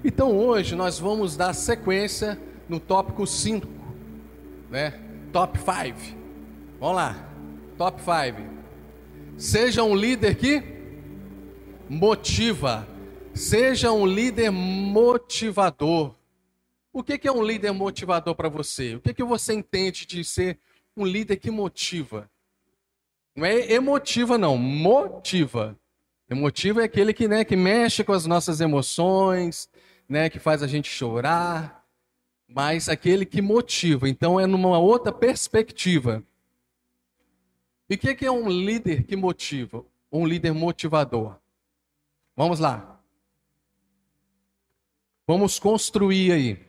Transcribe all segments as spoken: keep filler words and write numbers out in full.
Então hoje nós vamos dar sequência no tópico cinco, né? Top cinco. Vamos lá. Top cinco. Seja um líder que motiva. Seja um líder motivador. O que que é um líder motivador para você? O que que você entende de ser um líder que motiva? Não é emotiva, não. Motiva. Emotiva é aquele que, né, que mexe com as nossas emoções, né, que faz a gente chorar. Mas aquele que motiva. Então é numa outra perspectiva. E o que que é um líder que motiva? Um líder motivador. Vamos lá. Vamos construir aí.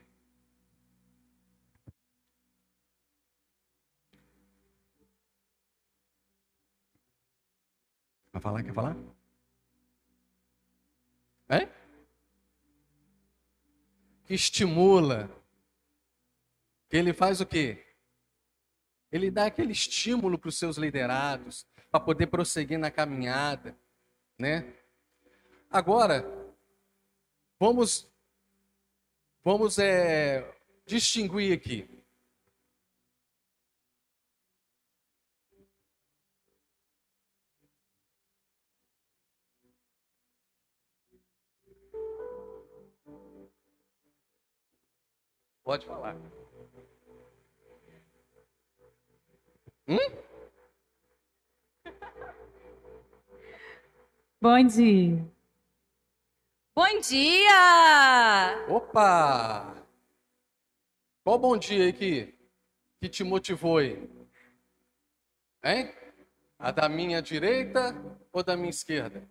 Quer falar? Quer falar? É? Que estimula. Que ele faz o quê? Ele dá aquele estímulo para os seus liderados, para poder prosseguir na caminhada, né? Agora, vamos, vamos é, distinguir aqui. Pode falar. Hum? Bom dia. Bom dia! Opa! Qual bom dia aí que, que te motivou aí? Hein? A da minha direita ou da minha esquerda?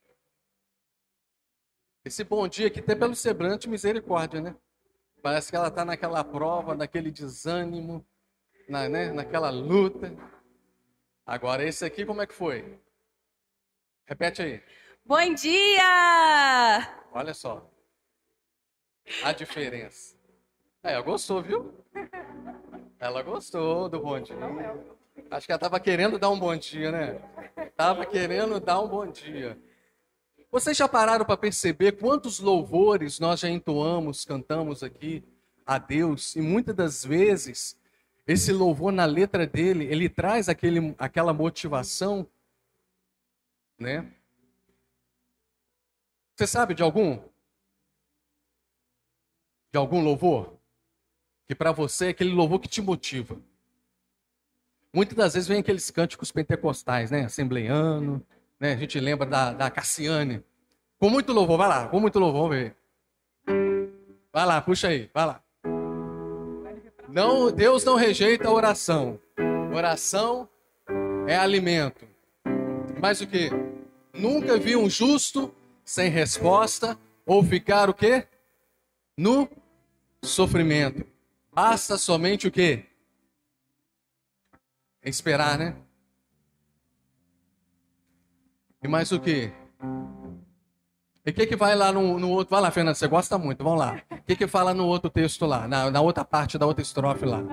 Esse bom dia aqui até pelo semblante, misericórdia, né? Parece que ela está naquela prova, naquele desânimo, na, né, naquela luta. Agora, esse aqui, como é que foi? Repete aí. Bom dia! Olha só. A diferença. É, ela gostou, viu? Ela gostou do bom dia. Acho que ela estava querendo dar um bom dia, né? Estava querendo dar um bom dia. Vocês já pararam para perceber quantos louvores nós já entoamos, cantamos aqui a Deus? E muitas das vezes, esse louvor na letra dele, ele traz aquele, aquela motivação, né? Você sabe de algum? De algum louvor? Que para você é aquele louvor que te motiva. Muitas das vezes vem aqueles cânticos pentecostais, né? Assembleiano, né? A gente lembra da, da Cassiane. Com muito louvor, vai lá, com muito louvor, vamos ver. Vai lá, puxa aí, vai lá. Não, Deus não rejeita a oração. Oração é alimento. Mas o quê? Nunca vi um justo sem resposta ou ficar o quê? No sofrimento. Basta somente o quê? Esperar, né? E mais o quê? E o que que vai lá no, no outro? Vai lá, Fernando, você gosta muito, vamos lá. O que que fala no outro texto lá, na, na outra parte da outra estrofe lá?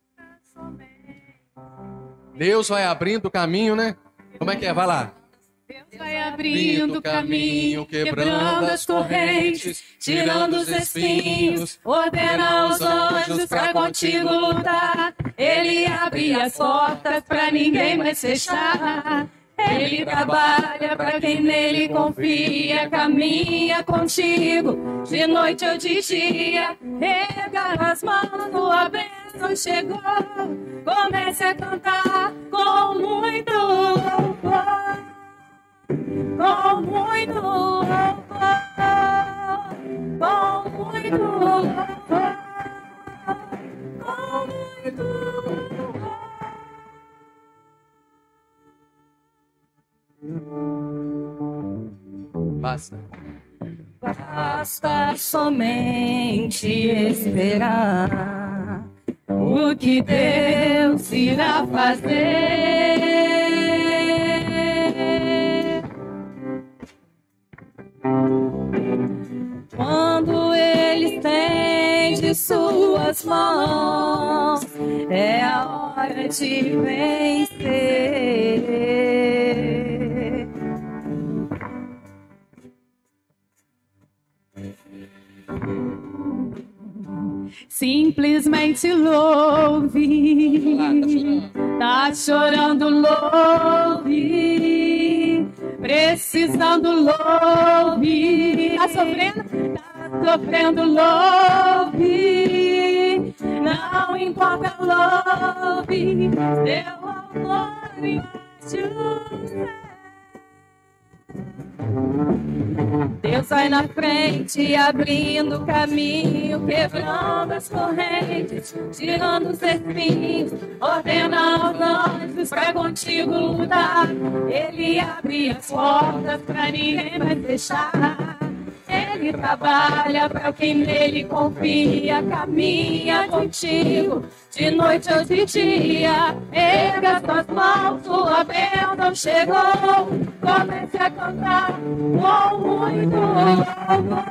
Deus vai abrindo o caminho, né? Como é que é? Vai lá. Deus vai abrindo o caminho, quebrando as correntes, tirando os espinhos, ordena os anjos pra contigo lutar. Ele abre as portas pra ninguém mais fechar. Ele trabalha pra quem nele confia, caminha contigo, de noite ou de dia. Erga as mãos, a bênção chegou. Comece a cantar com muito louvor. Com muito louvor, com muito louvor, com muito louvor. Basta. Basta somente esperar o que Deus irá fazer. Quando Ele estende suas mãos, é a hora de vencer. simplesmente louve. Tá chorando, louve. Precisando, louve. Tá sofrendo? Tá sofrendo, louve. Não importa, louve. Seu amor me ajuda. Deus vai na frente, abrindo caminho, quebrando as correntes, tirando os espinhos, ordena aos anjos pra contigo lutar. Ele abre as portas pra ninguém vai fechar. Ele trabalha pra quem nele confia, caminha contigo, de noite ou de dia. Erga suas mãos, sua bênção chegou. Comece a cantar com muito louvor,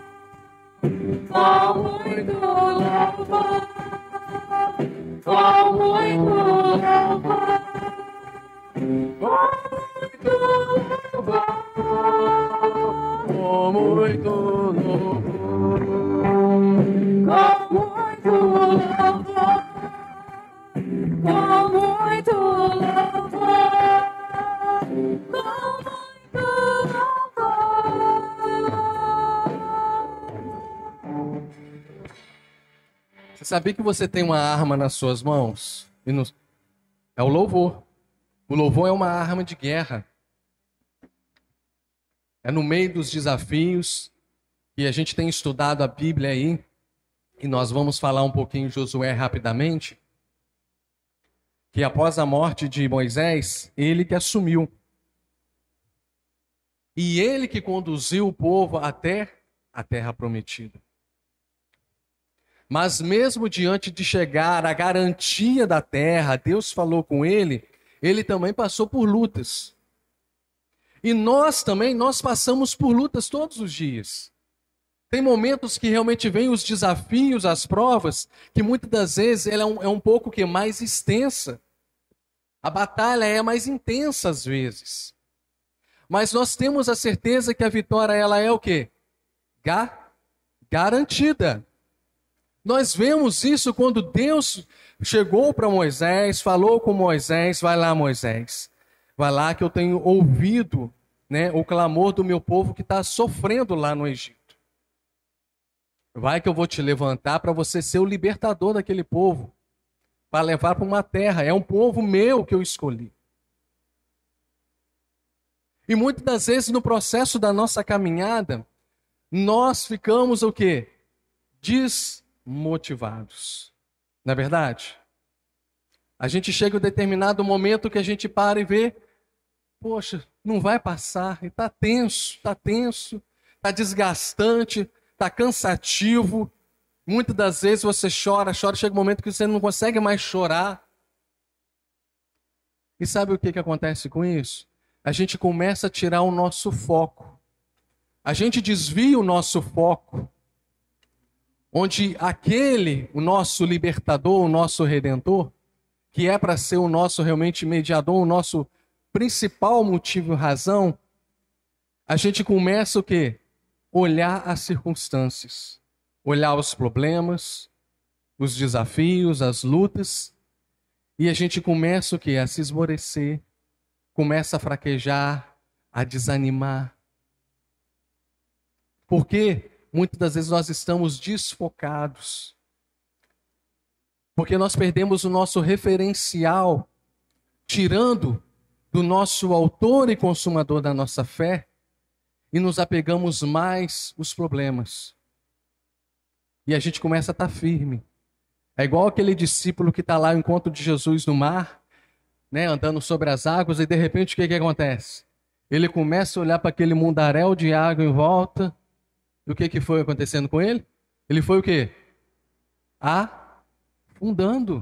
com muito louvor, com muito louvor, com muito louvor, com muito louvor, com muito louvor, com muito louvor. Você sabia que você tem uma arma nas suas mãos? E no... É o louvor. O louvor é uma arma de guerra. É no meio dos desafios que a gente tem estudado a Bíblia aí, e nós vamos falar um pouquinho de Josué rapidamente, que após a morte de Moisés, ele que assumiu. E ele que conduziu o povo até a terra prometida. Mas mesmo diante de chegar a garantia da terra, Deus falou com ele, ele também passou por lutas. E nós também, nós passamos por lutas todos os dias. Tem momentos que realmente vêm os desafios, as provas, que muitas das vezes ela é um, é um pouco que mais extensa. A batalha é mais intensa às vezes. Mas nós temos a certeza que a vitória ela é o quê? Ga- garantida. Nós vemos isso quando Deus chegou para Moisés, falou com Moisés, vai lá Moisés, vai lá que eu tenho ouvido, né, o clamor do meu povo que está sofrendo lá no Egito. Vai que eu vou te levantar para você ser o libertador daquele povo, para levar para uma terra, é um povo meu que eu escolhi. E muitas das vezes no processo da nossa caminhada, nós ficamos o quê? Desmotivados. Não é verdade? A gente chega a um determinado momento que a gente para e vê, poxa, não vai passar, está tenso, está tenso, está desgastante, está cansativo. Muitas das vezes você chora, chora, chega um momento que você não consegue mais chorar. E sabe o que, que acontece com isso? A gente começa a tirar o nosso foco. A gente desvia o nosso foco. Onde aquele, o nosso libertador, o nosso redentor, que é para ser o nosso realmente mediador, o nosso principal motivo e razão, a gente começa o quê? Olhar as circunstâncias, olhar os problemas, os desafios, as lutas, e a gente começa o quê? A se esmorecer, começa a fraquejar, a desanimar. Por quê? Muitas das vezes nós estamos desfocados. Porque nós perdemos o nosso referencial, tirando do nosso autor e consumador da nossa fé, e nos apegamos mais aos problemas. E a gente começa a estar firme. É igual aquele discípulo que está lá no encontro de Jesus no mar, né, andando sobre as águas, e de repente o que, que acontece? Ele começa a olhar para aquele mundaréu de água em volta. E o que, que foi acontecendo com ele? Ele foi o quê? Afundando.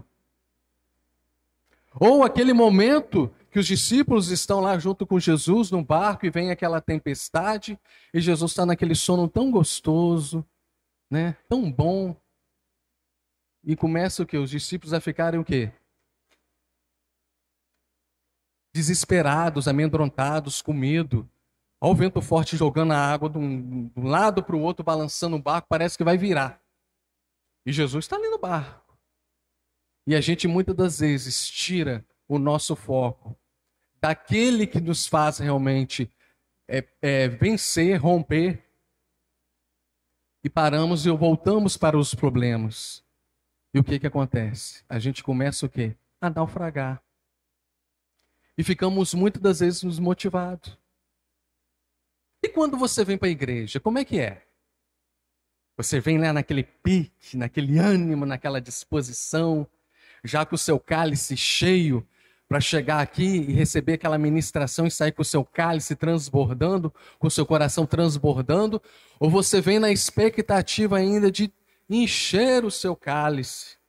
Ou aquele momento que os discípulos estão lá junto com Jesus no barco e vem aquela tempestade e Jesus está naquele sono tão gostoso, né? Tão bom. E começa o quê? Os discípulos a ficarem o quê? Desesperados, amedrontados, com medo. Olha o vento forte jogando a água de um, de um lado para o outro, balançando o barco, parece que vai virar. E Jesus está ali no barco. E a gente muitas das vezes tira o nosso foco daquele que nos faz realmente é, é, vencer, romper, e paramos e voltamos para os problemas. E o que que acontece? A gente começa o quê? A naufragar. E ficamos muitas das vezes desmotivados. E quando você vem para a igreja, como é que é? Você vem lá naquele pique, naquele ânimo, naquela disposição, já com o seu cálice cheio, para chegar aqui e receber aquela ministração e sair com o seu cálice transbordando, com o seu coração transbordando, ou você vem na expectativa ainda de encher o seu cálice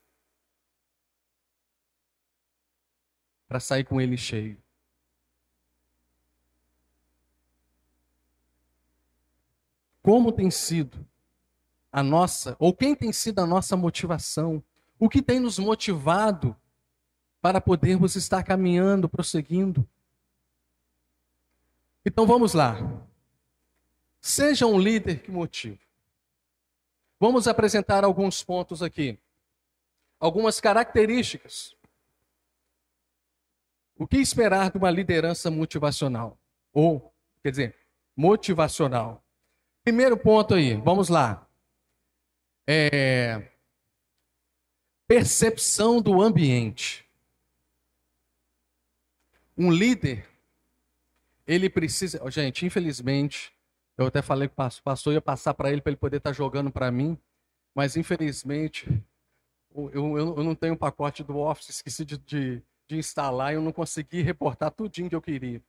para sair com ele cheio? Como tem sido a nossa, ou quem tem sido a nossa motivação? O que tem nos motivado para podermos estar caminhando, prosseguindo? Então vamos lá. Seja um líder que motive. Vamos apresentar alguns pontos aqui. Algumas características. O que esperar de uma liderança motivacional? Ou, quer dizer, motivacional. Primeiro ponto aí, vamos lá. É... Percepção do ambiente. Um líder, ele precisa... Gente, infelizmente, eu até falei que o pastor ia passar para ele, para ele poder estar jogando para mim, mas infelizmente, eu, eu, eu não tenho um pacote do Office, esqueci de, de, de instalar, e eu não consegui reportar tudinho que eu queria.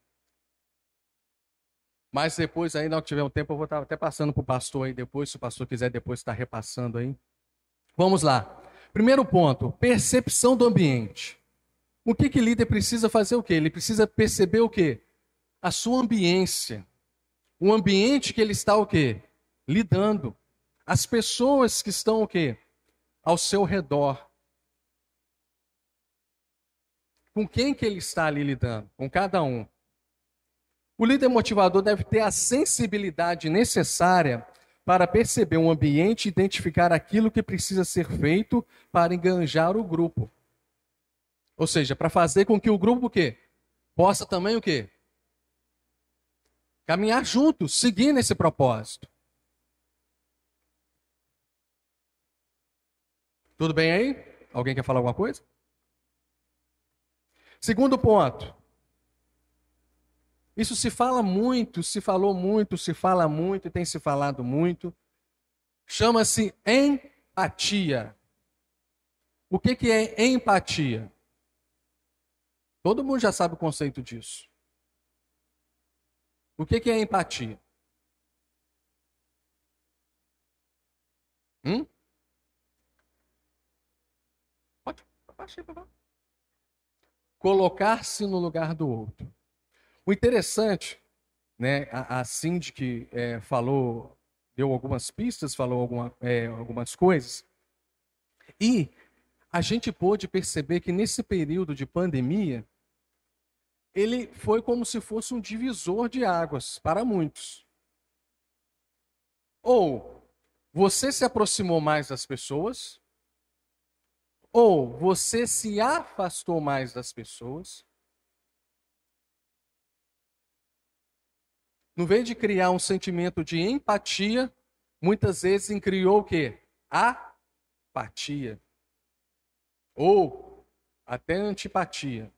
Mas depois, aí, na hora que tiver um tempo, eu vou estar até passando para o pastor aí depois, se o pastor quiser depois estar repassando aí. Vamos lá. Primeiro ponto, percepção do ambiente. O que que líder precisa fazer o quê? Ele precisa perceber o quê? A sua ambiência. O ambiente que ele está o quê? Lidando. As pessoas que estão o quê? Ao seu redor. Com quem que ele está ali lidando? Com cada um. O líder motivador deve ter a sensibilidade necessária para perceber um ambiente e identificar aquilo que precisa ser feito para enganjar o grupo. Ou seja, para fazer com que o grupo o quê? Possa também o quê? Caminhar juntos, seguir nesse propósito. Tudo bem aí? Alguém quer falar alguma coisa? Segundo ponto. Isso se fala muito, se falou muito, se fala muito e tem se falado muito. Chama-se empatia. O que que é empatia? Todo mundo já sabe o conceito disso. O que que é empatia? Hum? Pode, baixei, papai. Colocar-se no lugar do outro. O interessante, né, a, a Cindy é, falou, deu algumas pistas, falou alguma, é, algumas coisas, e a gente pôde perceber que nesse período de pandemia, ele foi como se fosse um divisor de águas para muitos. Ou você se aproximou mais das pessoas, ou você se afastou mais das pessoas. No vez de criar um sentimento de empatia, muitas vezes criou o quê? Apatia. Ou até antipatia.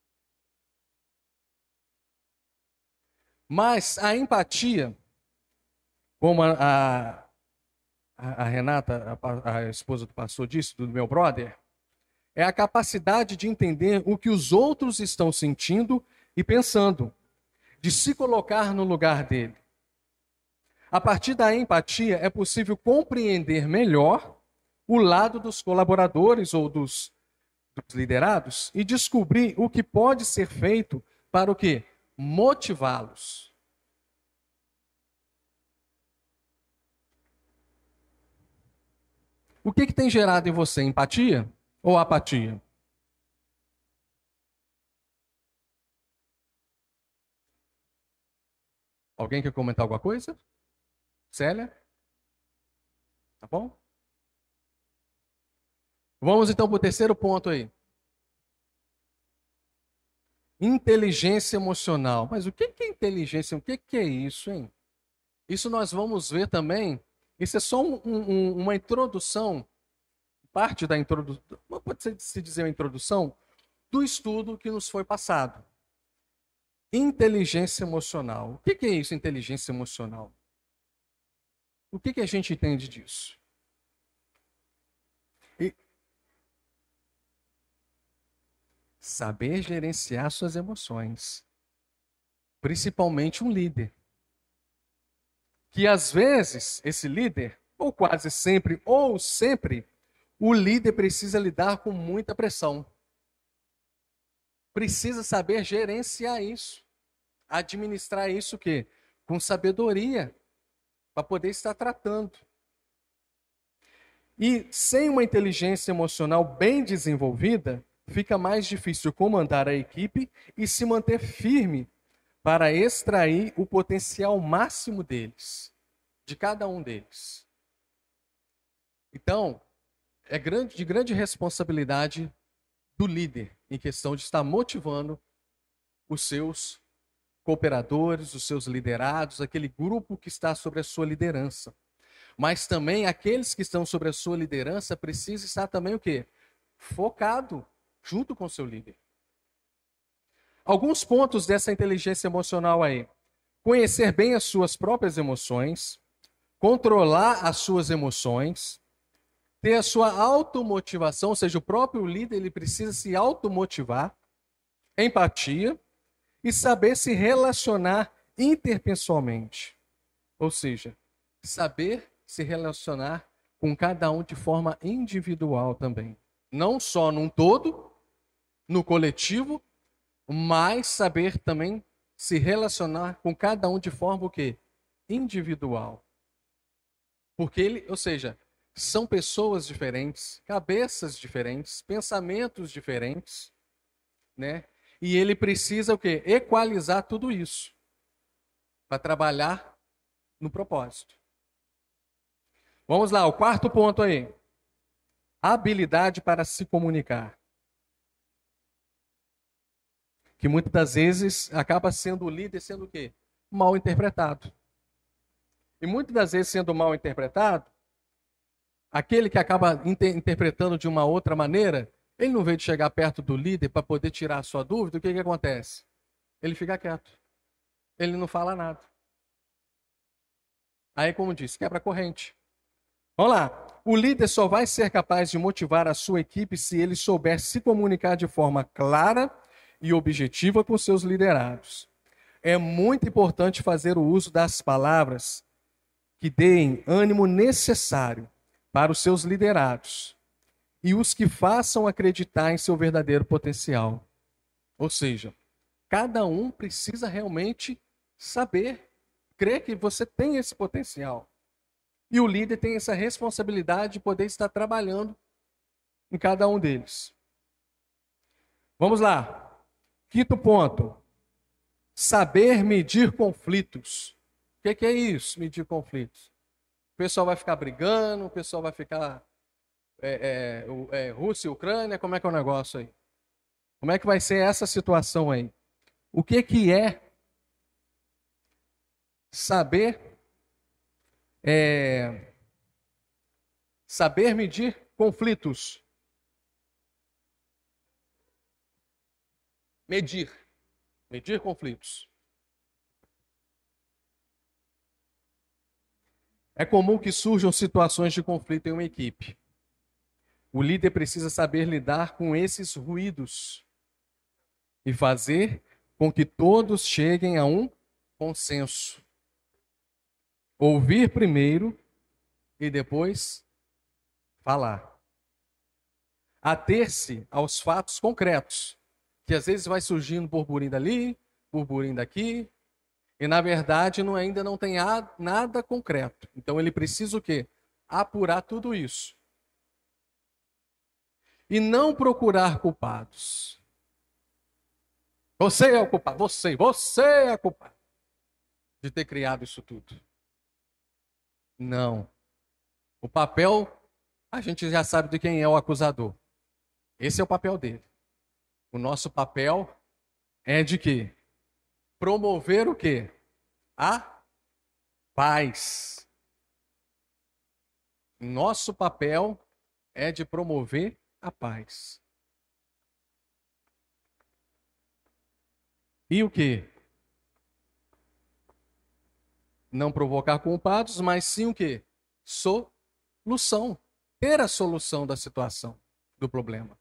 Mas a empatia, como a, a, a Renata, a, a esposa do pastor disse, do meu brother, é a capacidade de entender o que os outros estão sentindo e pensando, de se colocar no lugar dele. A partir da empatia, é possível compreender melhor o lado dos colaboradores ou dos, dos liderados e descobrir o que pode ser feito para o quê? Motivá-los. O que, que tem gerado em você? Empatia ou apatia? Alguém quer comentar alguma coisa? Célia? Tá bom? Vamos então para o terceiro ponto aí. Inteligência emocional. Mas o que é inteligência? O que é isso, hein? Isso nós vamos ver também. Isso é só um, um, uma introdução, parte da introdução, pode se dizer uma introdução, do estudo que nos foi passado. Inteligência emocional. O que é isso, inteligência emocional? O que, que a gente entende disso? E saber gerenciar suas emoções. Principalmente um líder. Que às vezes, esse líder, ou quase sempre, ou sempre, o líder precisa lidar com muita pressão. Precisa saber gerenciar isso. Administrar isso o quê? Com sabedoria. Para poder estar tratando. E sem uma inteligência emocional bem desenvolvida, fica mais difícil comandar a equipe e se manter firme para extrair o potencial máximo deles, de cada um deles. Então, é grande, de grande responsabilidade do líder em questão de estar motivando os seus cooperadores, os seus liderados, aquele grupo que está sobre a sua liderança. Mas também aqueles que estão sobre a sua liderança precisam estar também o quê? Focado junto com o seu líder. Alguns pontos dessa inteligência emocional aí. Conhecer bem as suas próprias emoções, controlar as suas emoções, ter a sua automotivação, ou seja, o próprio líder ele precisa se automotivar, empatia e saber se relacionar interpessoalmente. Ou seja, saber se relacionar com cada um de forma individual também. Não só num todo, no coletivo, mas saber também se relacionar com cada um de forma o quê? Individual. Porque ele, ou seja, são pessoas diferentes, cabeças diferentes, pensamentos diferentes, né? E ele precisa o quê? Equalizar tudo isso para trabalhar no propósito. Vamos lá, o quarto ponto aí. Habilidade para se comunicar. Que muitas das vezes acaba sendo o líder sendo o quê? Mal interpretado. E muitas das vezes sendo mal interpretado, aquele que acaba inter interpretando de uma outra maneira, ele não veio de chegar perto do líder para poder tirar a sua dúvida, o que, que acontece? Ele fica quieto. Ele não fala nada. Aí, como disse, quebra a corrente. Vamos lá. O líder só vai ser capaz de motivar a sua equipe se ele souber se comunicar de forma clara e objetiva com seus liderados. É muito importante fazer o uso das palavras que deem ânimo necessário para os seus liderados e os que façam acreditar em seu verdadeiro potencial. Ou seja, cada um precisa realmente saber, crer que você tem esse potencial. E o líder tem essa responsabilidade de poder estar trabalhando em cada um deles. Vamos lá. Quinto ponto. Saber medir conflitos. O que, que é isso, medir conflitos? O pessoal vai ficar brigando, o pessoal vai ficar é, é, é, Rússia e Ucrânia, como é que é o negócio aí? Como é que vai ser essa situação aí? O que, que é saber é, saber medir conflitos? Medir. Medir conflitos. É comum que surjam situações de conflito em uma equipe. O líder precisa saber lidar com esses ruídos e fazer com que todos cheguem a um consenso. Ouvir primeiro e depois falar. Ater-se aos fatos concretos, que às vezes vai surgindo burburinho dali, burburinho daqui, e na verdade não, ainda não tem nada concreto. Então ele precisa o quê? Apurar tudo isso. E não procurar culpados. Você é o culpado, você, você é a culpada de ter criado isso tudo. Não. O papel a gente já sabe de quem é o acusador. Esse é o papel dele. O nosso papel é de quê? Promover o quê? A paz. Nosso papel é de promover a paz. E o quê? Não provocar culpados, mas sim o quê? Solução. Ter a solução da situação, do problema.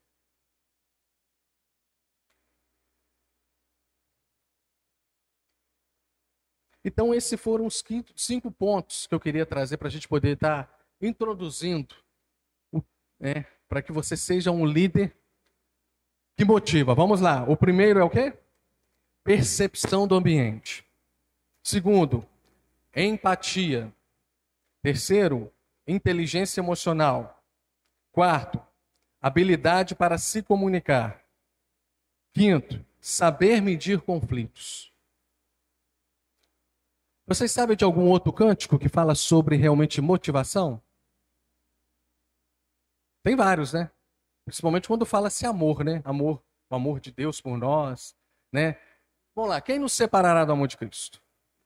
Então, esses foram os quinto, cinco pontos que eu queria trazer para a gente poder estar introduzindo, né, para que você seja um líder que motiva. Vamos lá. O primeiro é o quê? Percepção do ambiente. Segundo, empatia. Terceiro, inteligência emocional. Quarto, habilidade para se comunicar. Quinto, saber medir conflitos. Vocês sabem de algum outro cântico que fala sobre realmente motivação? Tem vários, né? Principalmente quando fala-se amor, né? Amor, o amor de Deus por nós, né? Vamos lá, quem nos separará do amor de Cristo?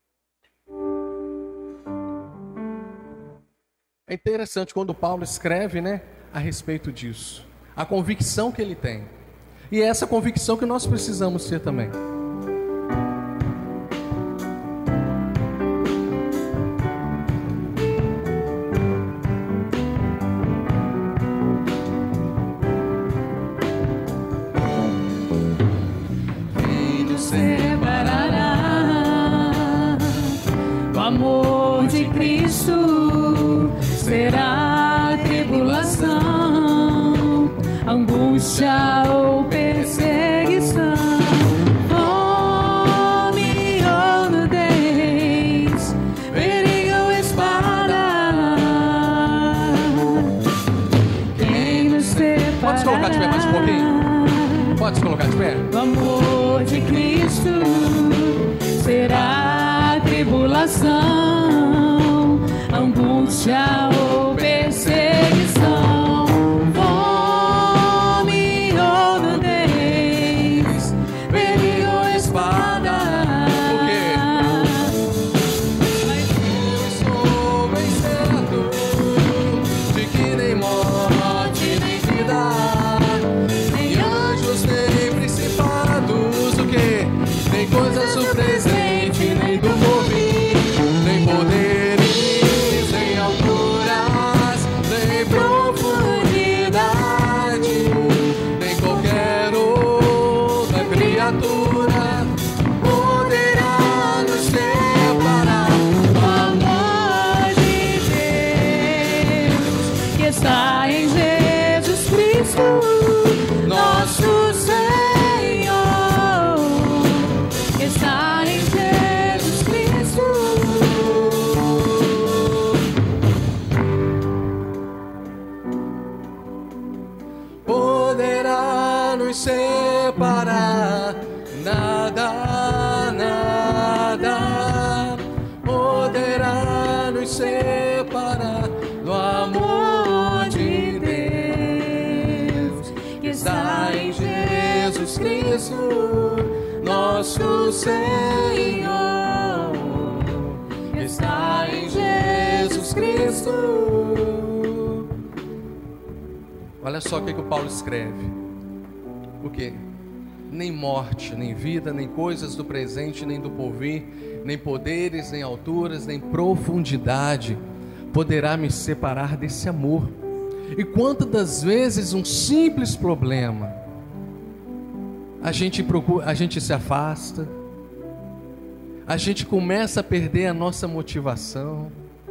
É interessante quando Paulo escreve, né, a respeito disso. A convicção que ele tem. E é essa convicção que nós precisamos ter também. Será tribulação, angústia ou perseguição, fome ou nudez, perigo ou espada. Quem nos separará? Pode colocar de pé mais um pouquinho? Pode colocar de pé? O amor de Cristo será tribulação, angústia ou perseguição, fome ou nudez, perigo ou espada. Por quê? Mas eu estou bem certo de que nem morte, nem vida, nem anjos, nem principados, o quê? Nem coisas do presente, nem do porvir, nem poder. Está em Jesus Cristo, nosso Senhor. Está em Jesus Cristo. Poderá nos separar nada, nada. Poderá nos separar do amor de Deus que está em Jesus Cristo, nosso Senhor. Está em Jesus Cristo. Olha só o que, que o Paulo escreve. O quê? Nem morte, nem vida, nem coisas do presente, nem do porvir, nem poderes, nem alturas, nem profundidade poderá me separar desse amor. E quantas das vezes um simples problema a gente procura, a gente se afasta, a gente começa a perder a nossa motivação,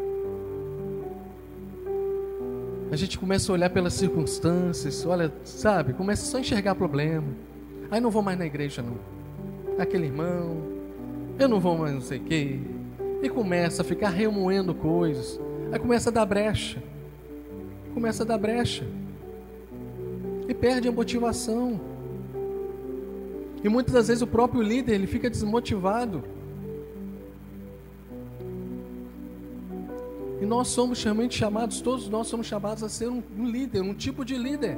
a gente começa a olhar pelas circunstâncias, olha, sabe, começa só a enxergar problema. Aí não vou mais na igreja não, aquele irmão, eu não vou mais não sei o quê, e começa a ficar remoendo coisas. Aí começa a dar brecha, começa a dar brecha, e perde a motivação. E muitas das vezes o próprio líder, ele fica desmotivado. E nós somos realmente chamados, todos nós somos chamados a ser um, um líder, um tipo de líder.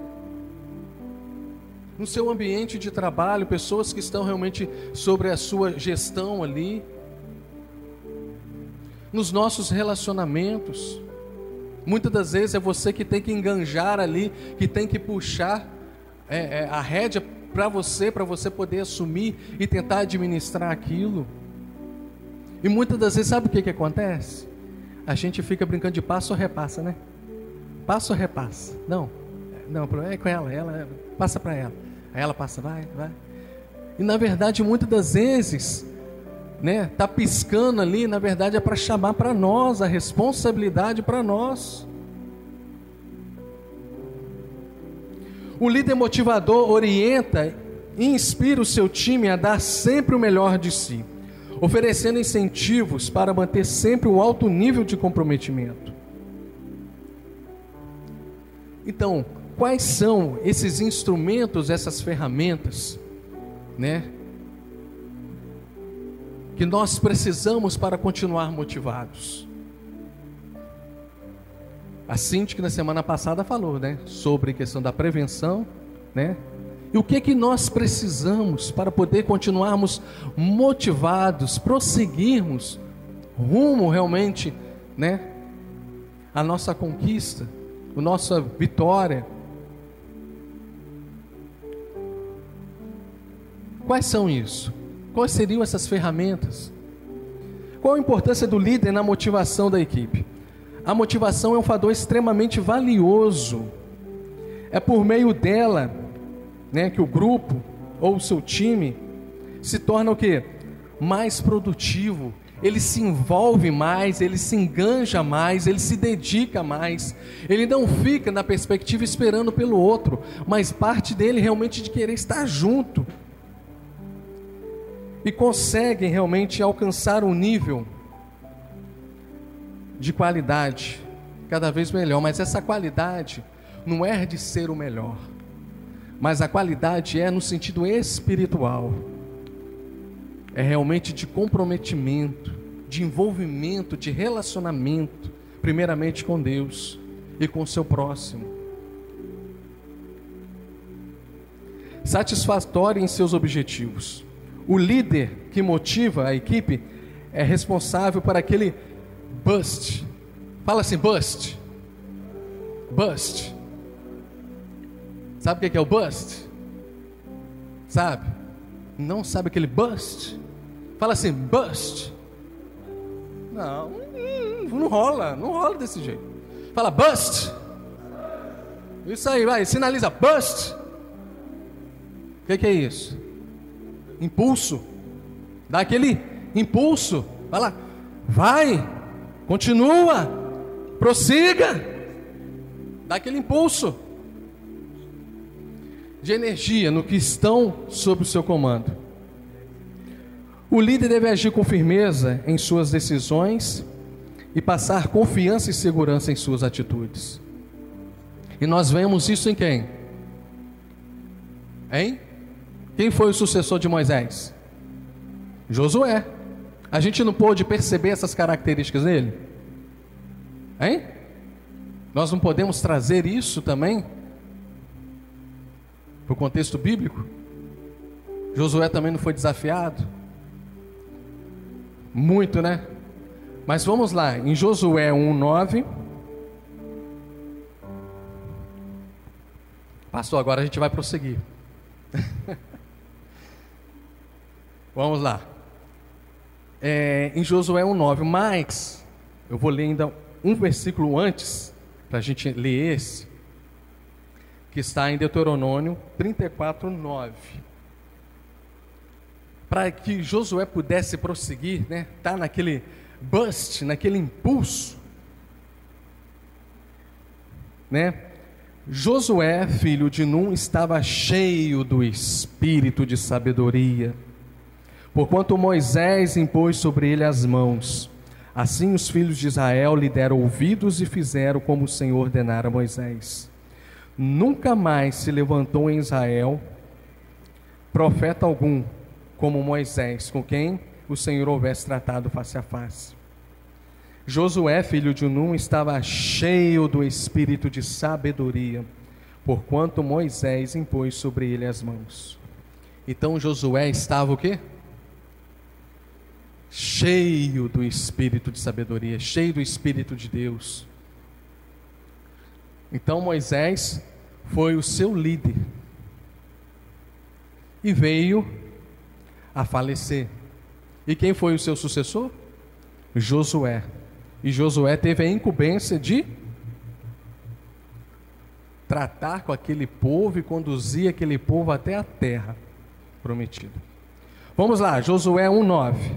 No seu ambiente de trabalho, pessoas que estão realmente sobre a sua gestão ali. Nos nossos relacionamentos. Muitas das vezes é você que tem que enganjar ali, que tem que puxar é, é, a rédea para você, para você poder assumir e tentar administrar aquilo. E muitas das vezes, sabe o que, que acontece? A gente fica brincando de passo ou repassa, né? Passo ou repassa? Não, não, o problema é com ela, ela passa para ela. Aí ela passa, vai, vai. E na verdade, muitas das vezes, né, tá piscando ali, na verdade é para chamar para nós, a responsabilidade para nós. O líder motivador orienta e inspira o seu time a dar sempre o melhor de si, oferecendo incentivos para manter sempre um alto nível de comprometimento. Então, quais são esses instrumentos, essas ferramentas, né, que nós precisamos para continuar motivados? A Cintia, que na semana passada falou, né, sobre a questão da prevenção, né? E o que que nós precisamos para poder continuarmos motivados, prosseguirmos rumo realmente, né, a nossa conquista, a nossa vitória? Quais são isso? Quais seriam essas ferramentas? Qual a importância do líder na motivação da equipe? A motivação é um fator extremamente valioso. É por meio dela, né, que o grupo ou o seu time se torna o quê? Mais produtivo. Ele se envolve mais, ele se enganja mais, ele se dedica mais. Ele não fica na perspectiva esperando pelo outro, mas parte dele realmente de querer estar junto. E conseguem realmente alcançar um nível de qualidade cada vez melhor. Mas essa qualidade não é de ser o melhor, mas a qualidade é no sentido espiritual. É realmente de comprometimento, de envolvimento, de relacionamento, primeiramente com Deus e com o seu próximo. Satisfatório em seus objetivos. O líder que motiva a equipe é responsável por aquele bust. Fala assim, bust. Bust. Sabe o que é o bust? Sabe? Não sabe aquele bust? Fala assim, bust. Não, não rola, não rola desse jeito. Fala bust. Isso aí, vai, sinaliza bust. O que, que é isso? Impulso. Dá aquele impulso. Vai lá, vai, continua, prossiga. Dá aquele impulso de energia no que estão sob o seu comando. O líder deve agir com firmeza em suas decisões e passar confiança e segurança em suas atitudes. E nós vemos isso em quem? Hein? Quem foi o sucessor de Moisés? Josué. A gente não pôde perceber essas características nele? Hein? Nós não podemos trazer isso também para o contexto bíblico? Josué também não foi desafiado? Muito, né? Mas vamos lá, em Josué um, nove. Pastor, agora a gente vai prosseguir. Vamos lá. É, em Josué um, nove. Mas eu vou ler ainda um versículo antes, para a gente ler esse, que está em Deuteronômio trinta e quatro, nove. Para que Josué pudesse prosseguir, né? Tá naquele bust, naquele impulso, né? Josué, filho de Num, estava cheio do espírito de sabedoria, porquanto Moisés impôs sobre ele as mãos. Assim os filhos de Israel lhe deram ouvidos e fizeram como o Senhor ordenara a Moisés. Nunca mais se levantou em Israel profeta algum como Moisés, com quem o Senhor houvesse tratado face a face. Josué, filho de Num, estava cheio do espírito de sabedoria, porquanto Moisés impôs sobre ele as mãos. Então Josué estava o quê? Cheio do espírito de sabedoria, cheio do espírito de Deus. Então Moisés foi o seu líder e veio a falecer. E quem foi o seu sucessor? Josué. E Josué teve a incumbência de tratar com aquele povo e conduzir aquele povo até a terra prometida. Vamos lá, Josué um, nove.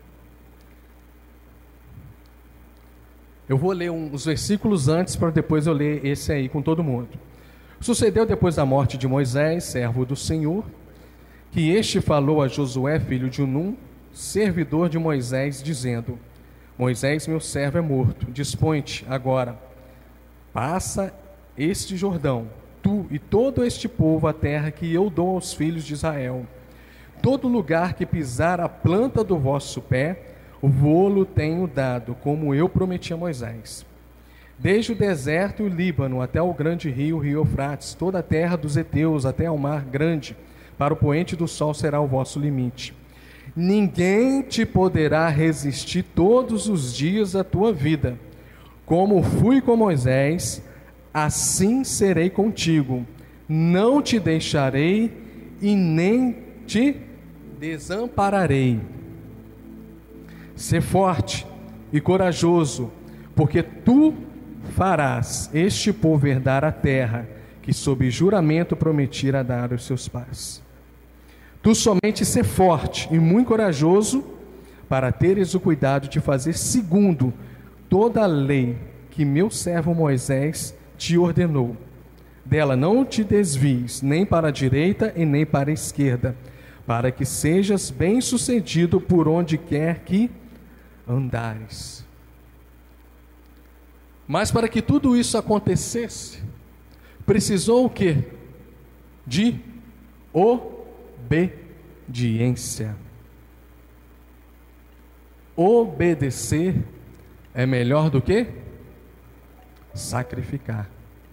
Eu vou ler uns versículos antes para depois eu ler esse aí com todo mundo. Sucedeu depois da morte de Moisés, servo do Senhor, que este falou a Josué, filho de Num, servidor de Moisés, dizendo: Moisés, meu servo, é morto. Dispõe-te agora, passa este Jordão, tu e todo este povo, a terra que eu dou aos filhos de Israel. Todo lugar que pisar a planta do vosso pé, vô-lo tenho dado, como eu prometi a Moisés. Desde o deserto e o Líbano até o grande rio, o rio Eufrates, toda a terra dos heteus até ao mar grande, para o poente do sol será o vosso limite. Ninguém te poderá resistir todos os dias da tua vida. Como fui com Moisés, assim serei contigo. Não te deixarei e nem te desampararei. Sê forte e corajoso, porque tu farás este povo herdar a terra que sob juramento prometi a dar aos seus pais. Tu somente sê forte e muito corajoso, para teres o cuidado de fazer segundo toda a lei que meu servo Moisés te ordenou. Dela não te desvies, nem para a direita e nem para a esquerda, para que sejas bem-sucedido por onde quer que andares. Mas para que tudo isso acontecesse, precisou o quê? De obediência. Obedecer é melhor do que sacrificar.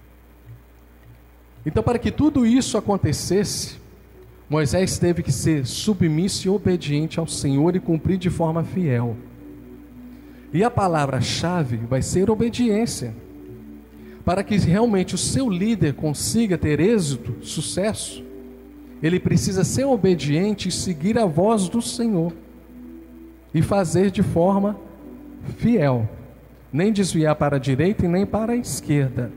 Então, para que tudo isso acontecesse, Moisés teve que ser submisso e obediente ao Senhor e cumprir de forma fiel. E a palavra-chave vai ser obediência. Para que realmente o seu líder consiga ter êxito, sucesso, ele precisa ser obediente e seguir a voz do Senhor. E fazer de forma fiel. Nem desviar para a direita e nem para a esquerda.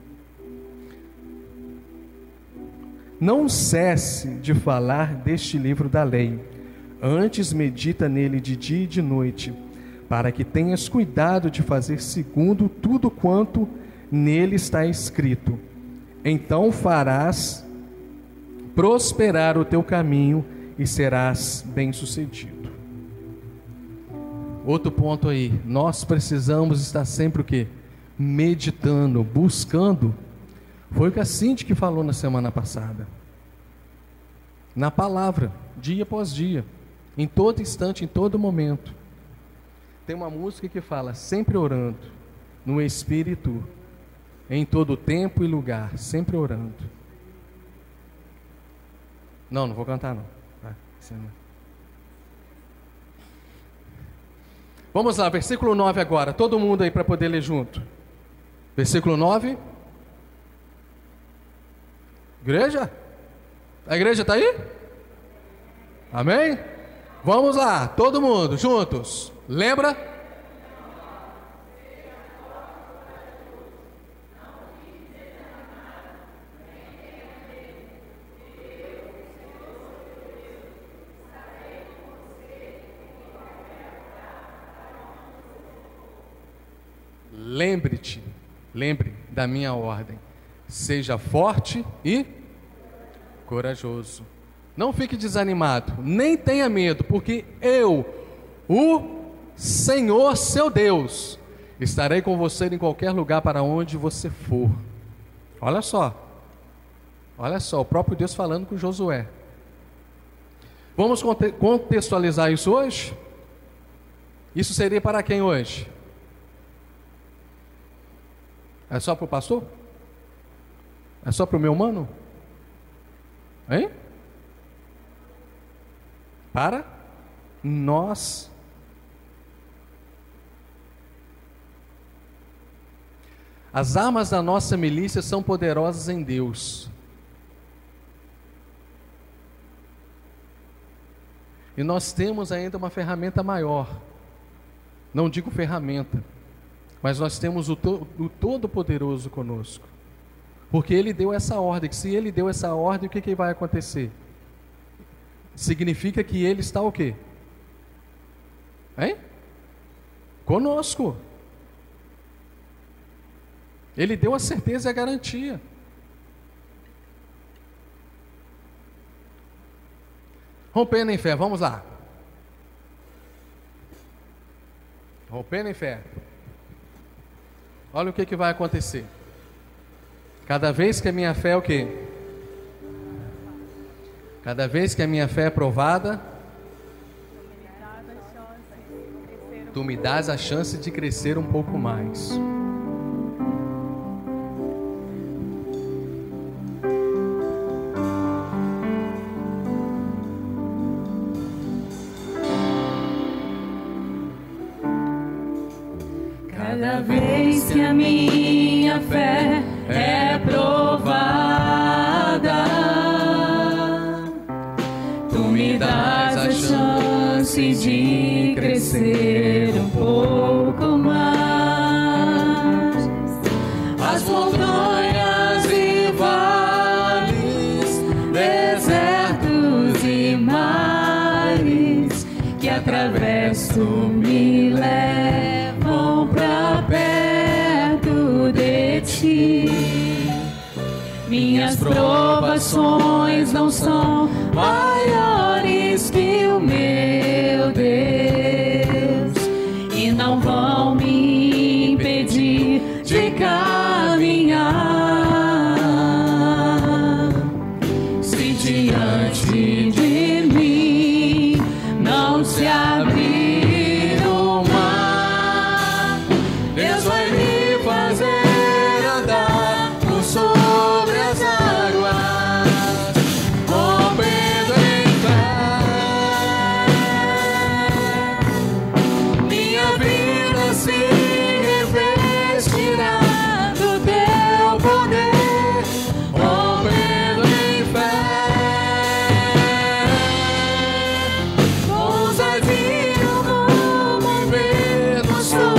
Não cesse de falar deste livro da lei. Antes medita nele de dia e de noite, para que tenhas cuidado de fazer segundo tudo quanto nele está escrito. Então farás prosperar o teu caminho e serás bem-sucedido. Outro ponto aí, nós precisamos estar sempre o quê? Meditando, buscando. Foi o que a Cindy que falou na semana passada. Na palavra, dia após dia, em todo instante, em todo momento. Tem uma música que fala, sempre orando, no Espírito, em todo tempo e lugar, sempre orando. Não, não vou cantar não. Vamos lá, versículo nove agora, todo mundo aí para poder ler junto. Versículo nove. Igreja? A igreja está aí? Amém? Vamos lá, todo mundo, juntos. Lembra? Lembre-te, lembre da minha ordem. Seja forte e corajoso. Não fique desanimado, nem tenha medo, porque eu, o Senhor seu Deus, estarei com você em qualquer lugar para onde você for. Olha só, olha só, o próprio Deus falando com Josué. Vamos contextualizar isso hoje? Isso seria para quem hoje? É só para o pastor? É só para o meu mano? Hein? Para nós. As armas da nossa milícia são poderosas em Deus. E nós temos ainda uma ferramenta maior. Não digo ferramenta, mas nós temos o, to o Todo-Poderoso conosco. Porque Ele deu essa ordem. Que se Ele deu essa ordem, o que, que vai acontecer? Significa que Ele está o quê? Hein? Conosco. Ele deu a certeza e a garantia. Rompendo em fé, vamos lá. Rompendo em fé. Olha o que, que vai acontecer. Cada vez que a minha fé é o quê? Cada vez que a minha fé é provada, tu me dás a chance de crescer um pouco mais. Cada vez que a minha fé é provada, tu me dás a chance de crescer um pouco mais. As montanhas e vales, desertos e mares que atravesso me levam pra perto de ti. Minhas provações não são maiores que o meu Deus e não vão me impedir de caminhar. Se diante de mim não se abrir o mar, Deus vai me fazer andar por sobre as águas, rompendo em fé. Minha vida se revestirá do teu poder, rompendo em fé. Ousadia eu vou mover no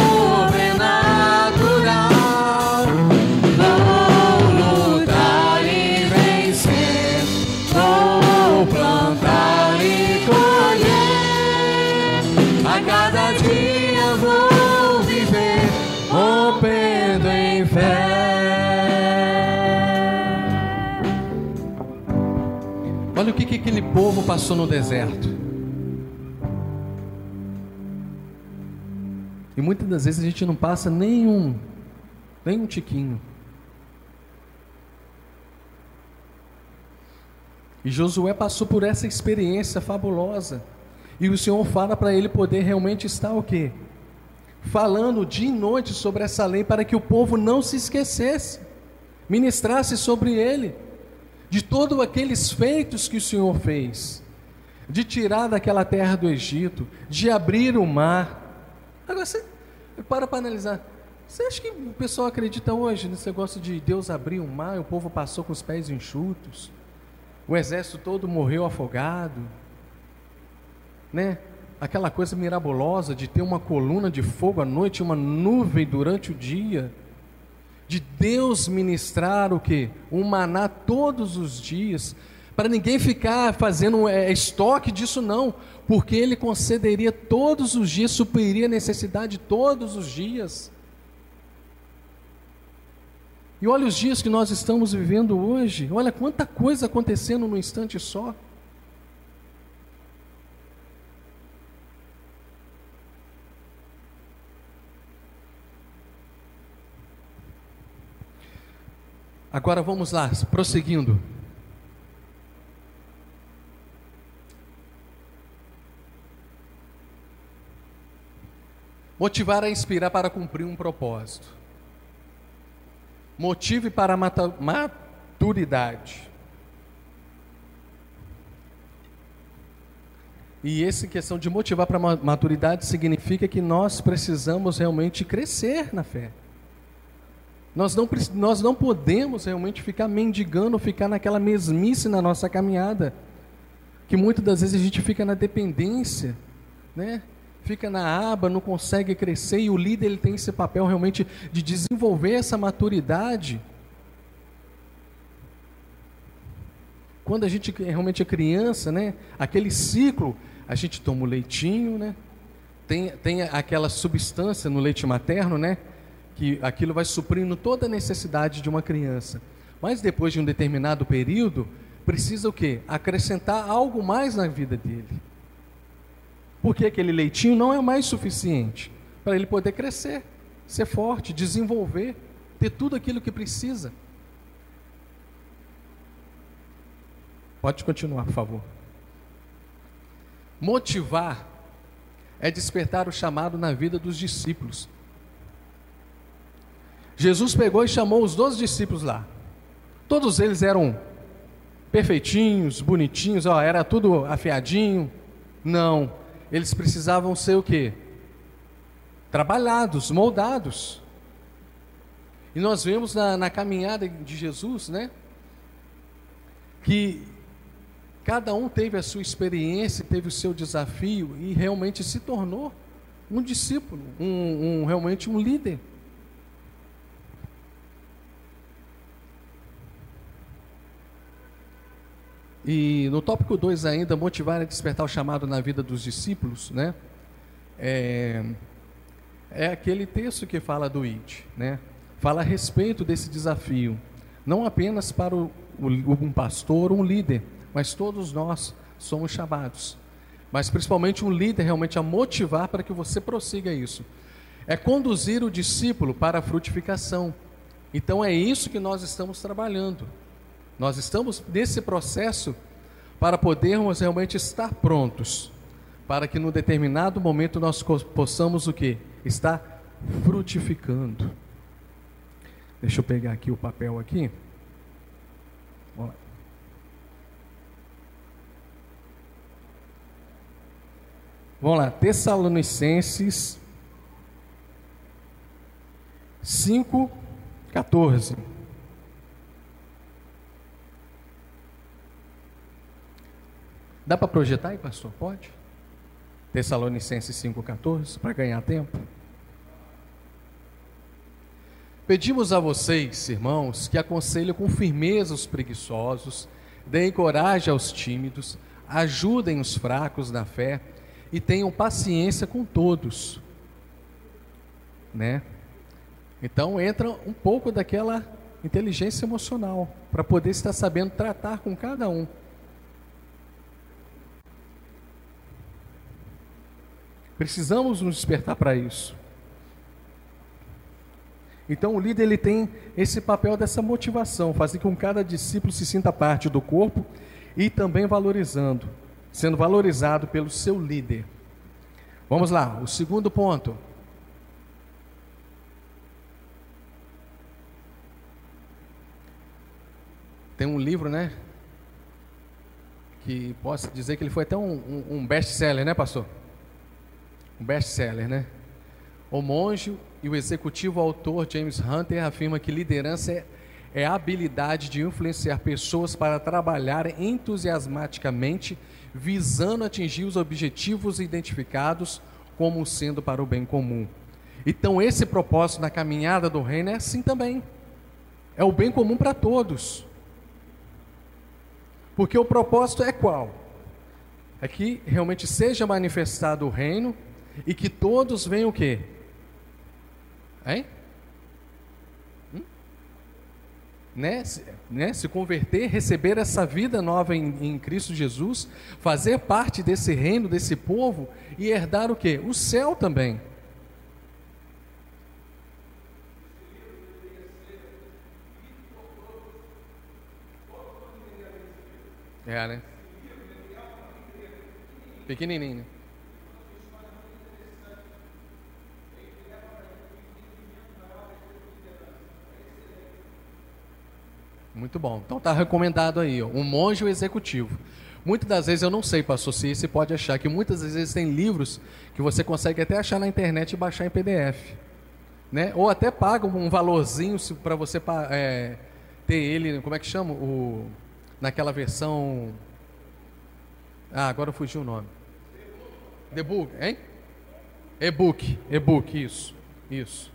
sobrenatural. Vou lutar e vencer, vou plantar e colher. A cada dia vou viver rompendo em fé. Olha o que, que aquele povo passou no deserto. E muitas das vezes a gente não passa nenhum, nem um tiquinho. E Josué passou por essa experiência fabulosa. E o Senhor fala para ele poder realmente estar o quê? Falando dia e noite sobre essa lei para que o povo não se esquecesse. Ministrasse sobre ele. De todos aqueles feitos que o Senhor fez. De tirar daquela terra do Egito. De abrir o mar. Agora você para para analisar. Você acha que o pessoal acredita hoje nesse negócio de Deus abrir o mar e o povo passou com os pés enxutos? O exército todo morreu afogado, né? Aquela coisa mirabulosa de ter uma coluna de fogo à noite, uma nuvem durante o dia, de Deus ministrar o quê? Um maná todos os dias, para ninguém ficar fazendo é, estoque disso não, porque Ele concederia todos os dias, supriria a necessidade todos os dias. E olha os dias que nós estamos vivendo hoje, olha quanta coisa acontecendo num instante só. Agora vamos lá, prosseguindo. Motivar a inspirar para cumprir um propósito. Motive para a mata- maturidade. E essa questão de motivar para a maturidade significa que nós precisamos realmente crescer na fé. Nós não, nós não podemos realmente ficar mendigando, ficar naquela mesmice na nossa caminhada, que muitas das vezes a gente fica na dependência, né? Fica na aba, não consegue crescer, e o líder ele tem esse papel realmente de desenvolver essa maturidade. Quando a gente realmente é criança, né? Aquele ciclo, a gente toma o leitinho, né? Tem, tem aquela substância no leite materno, né? Que aquilo vai suprindo toda a necessidade de uma criança. Mas depois de um determinado período, precisa o quê? Acrescentar algo mais na vida dele. Porque aquele leitinho não é mais suficiente para ele poder crescer, ser forte, desenvolver, ter tudo aquilo que precisa. Pode continuar, por favor. Motivar é despertar o chamado na vida dos discípulos. Jesus pegou e chamou os doze discípulos lá. Todos eles eram perfeitinhos, bonitinhos, ó, era tudo afiadinho. Não, eles precisavam ser o quê? Trabalhados, moldados. E nós vemos na, na caminhada de Jesus, né? Que cada um teve a sua experiência, teve o seu desafio e realmente se tornou um discípulo, um, um, realmente um líder. E no tópico dois ainda, motivar e despertar o chamado na vida dos discípulos, né? É, é aquele texto que fala do I D, né? Fala a respeito desse desafio, não apenas para o, o, um pastor, um líder, mas todos nós somos chamados. Mas principalmente um líder realmente a motivar para que você prossiga isso. É conduzir o discípulo para a frutificação. Então é isso que nós estamos trabalhando. Nós estamos nesse processo para podermos realmente estar prontos, para que no determinado momento nós possamos o quê? Estar frutificando. Deixa eu pegar aqui o papel aqui. Vamos lá. Vamos lá, Tessalonicenses cinco, quatorze. Dá para projetar aí, pastor? Pode? Tessalonicenses cinco, quatorze, para ganhar tempo. Pedimos a vocês, irmãos, que aconselhem com firmeza os preguiçosos, deem coragem aos tímidos, ajudem os fracos na fé e tenham paciência com todos, né? Então entra um pouco daquela inteligência emocional para poder estar sabendo tratar com cada um. Precisamos nos despertar para isso. Então o líder ele tem esse papel dessa motivação, fazer com que cada discípulo se sinta parte do corpo e também valorizando, sendo valorizado pelo seu líder. Vamos lá, o segundo ponto. Tem um livro, né? Que posso dizer que ele foi até um, um, um best-seller, né, pastor? Um best-seller, né? O monge e o executivo autor James Hunter afirma que liderança é, é a habilidade de influenciar pessoas para trabalhar entusiasmaticamente, visando atingir os objetivos identificados como sendo para o bem comum. Então esse propósito na caminhada do reino é assim também. É o bem comum para todos. Porque o propósito é qual? É que realmente seja manifestado o reino e que todos venham o quê? Hein? Hum? Né? Se, né? Se converter, receber essa vida nova em, em Cristo Jesus, fazer parte desse reino, desse povo e herdar o quê? O céu também. É, né? Pequenininho. Muito bom. Então está recomendado aí, ó, um monge ou executivo. Muitas das vezes eu não sei, pastor, se você pode achar que muitas vezes tem livros que você consegue até achar na internet e baixar em P D F, né? Ou até paga um valorzinho para você é, ter ele, como é que chama? O, naquela versão... Ah, agora fugiu o nome. The Book, hein? E-book, e-book, isso, isso.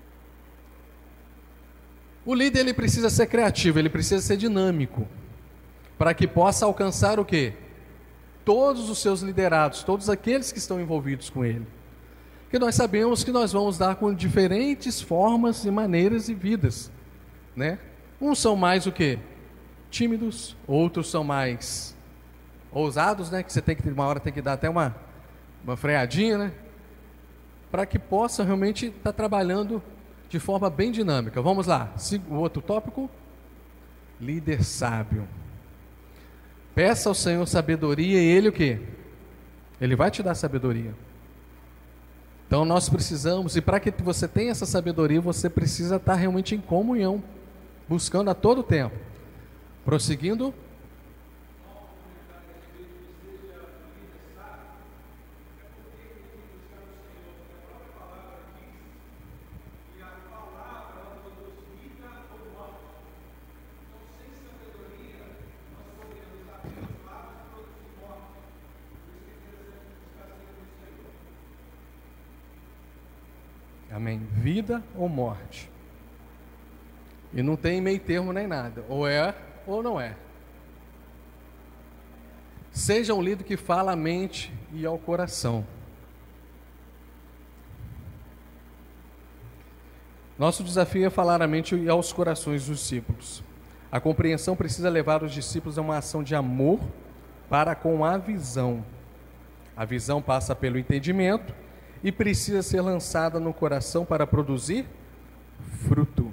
O líder ele precisa ser criativo, ele precisa ser dinâmico, para que possa alcançar o quê? Todos os seus liderados, todos aqueles que estão envolvidos com ele. Porque nós sabemos que nós vamos dar com diferentes formas e maneiras e vidas, né? Uns são mais o quê? Tímidos, outros são mais ousados, né? Que você tem que, uma hora tem que dar até uma, uma freadinha, né? Para que possa realmente estar trabalhando de forma bem dinâmica. Vamos lá, o outro tópico, líder sábio. Peça ao Senhor sabedoria e Ele o quê? Ele vai te dar sabedoria. Então nós precisamos, e para que você tenha essa sabedoria, você precisa estar realmente em comunhão, buscando a todo tempo. Prosseguindo. Amém. Vida ou morte. E não tem meio termo nem nada. Ou é ou não é. Seja um líder que fala à mente e ao coração. Nosso desafio é falar à mente e aos corações dos discípulos. A compreensão precisa levar os discípulos a uma ação de amor para com a visão. A visão passa pelo entendimento e precisa ser lançada no coração para produzir fruto,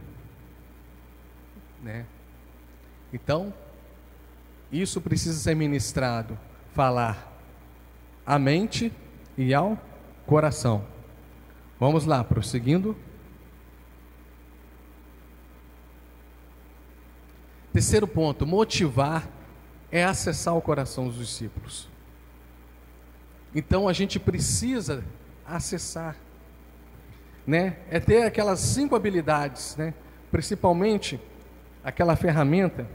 né? Então, isso precisa ser ministrado, falar à mente e ao coração. Vamos lá, prosseguindo. Terceiro ponto, motivar é acessar o coração dos discípulos. Então a gente precisa acessar, né? É ter aquelas cinco habilidades, né? Principalmente aquela ferramenta,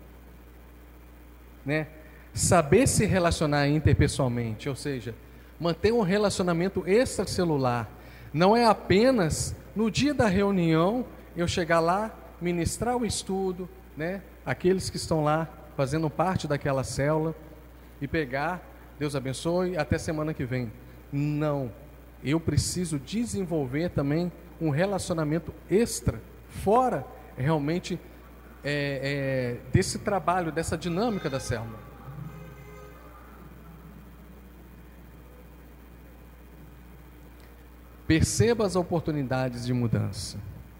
né? Saber se relacionar interpessoalmente, ou seja, manter um relacionamento extracelular. Não é apenas no dia da reunião eu chegar lá, ministrar o estudo, né? Aqueles que estão lá fazendo parte daquela célula e pegar, Deus abençoe, até semana que vem. Não. Eu preciso desenvolver também um relacionamento extra, fora realmente é, é, desse trabalho, dessa dinâmica da célula. Perceba as oportunidades de mudança.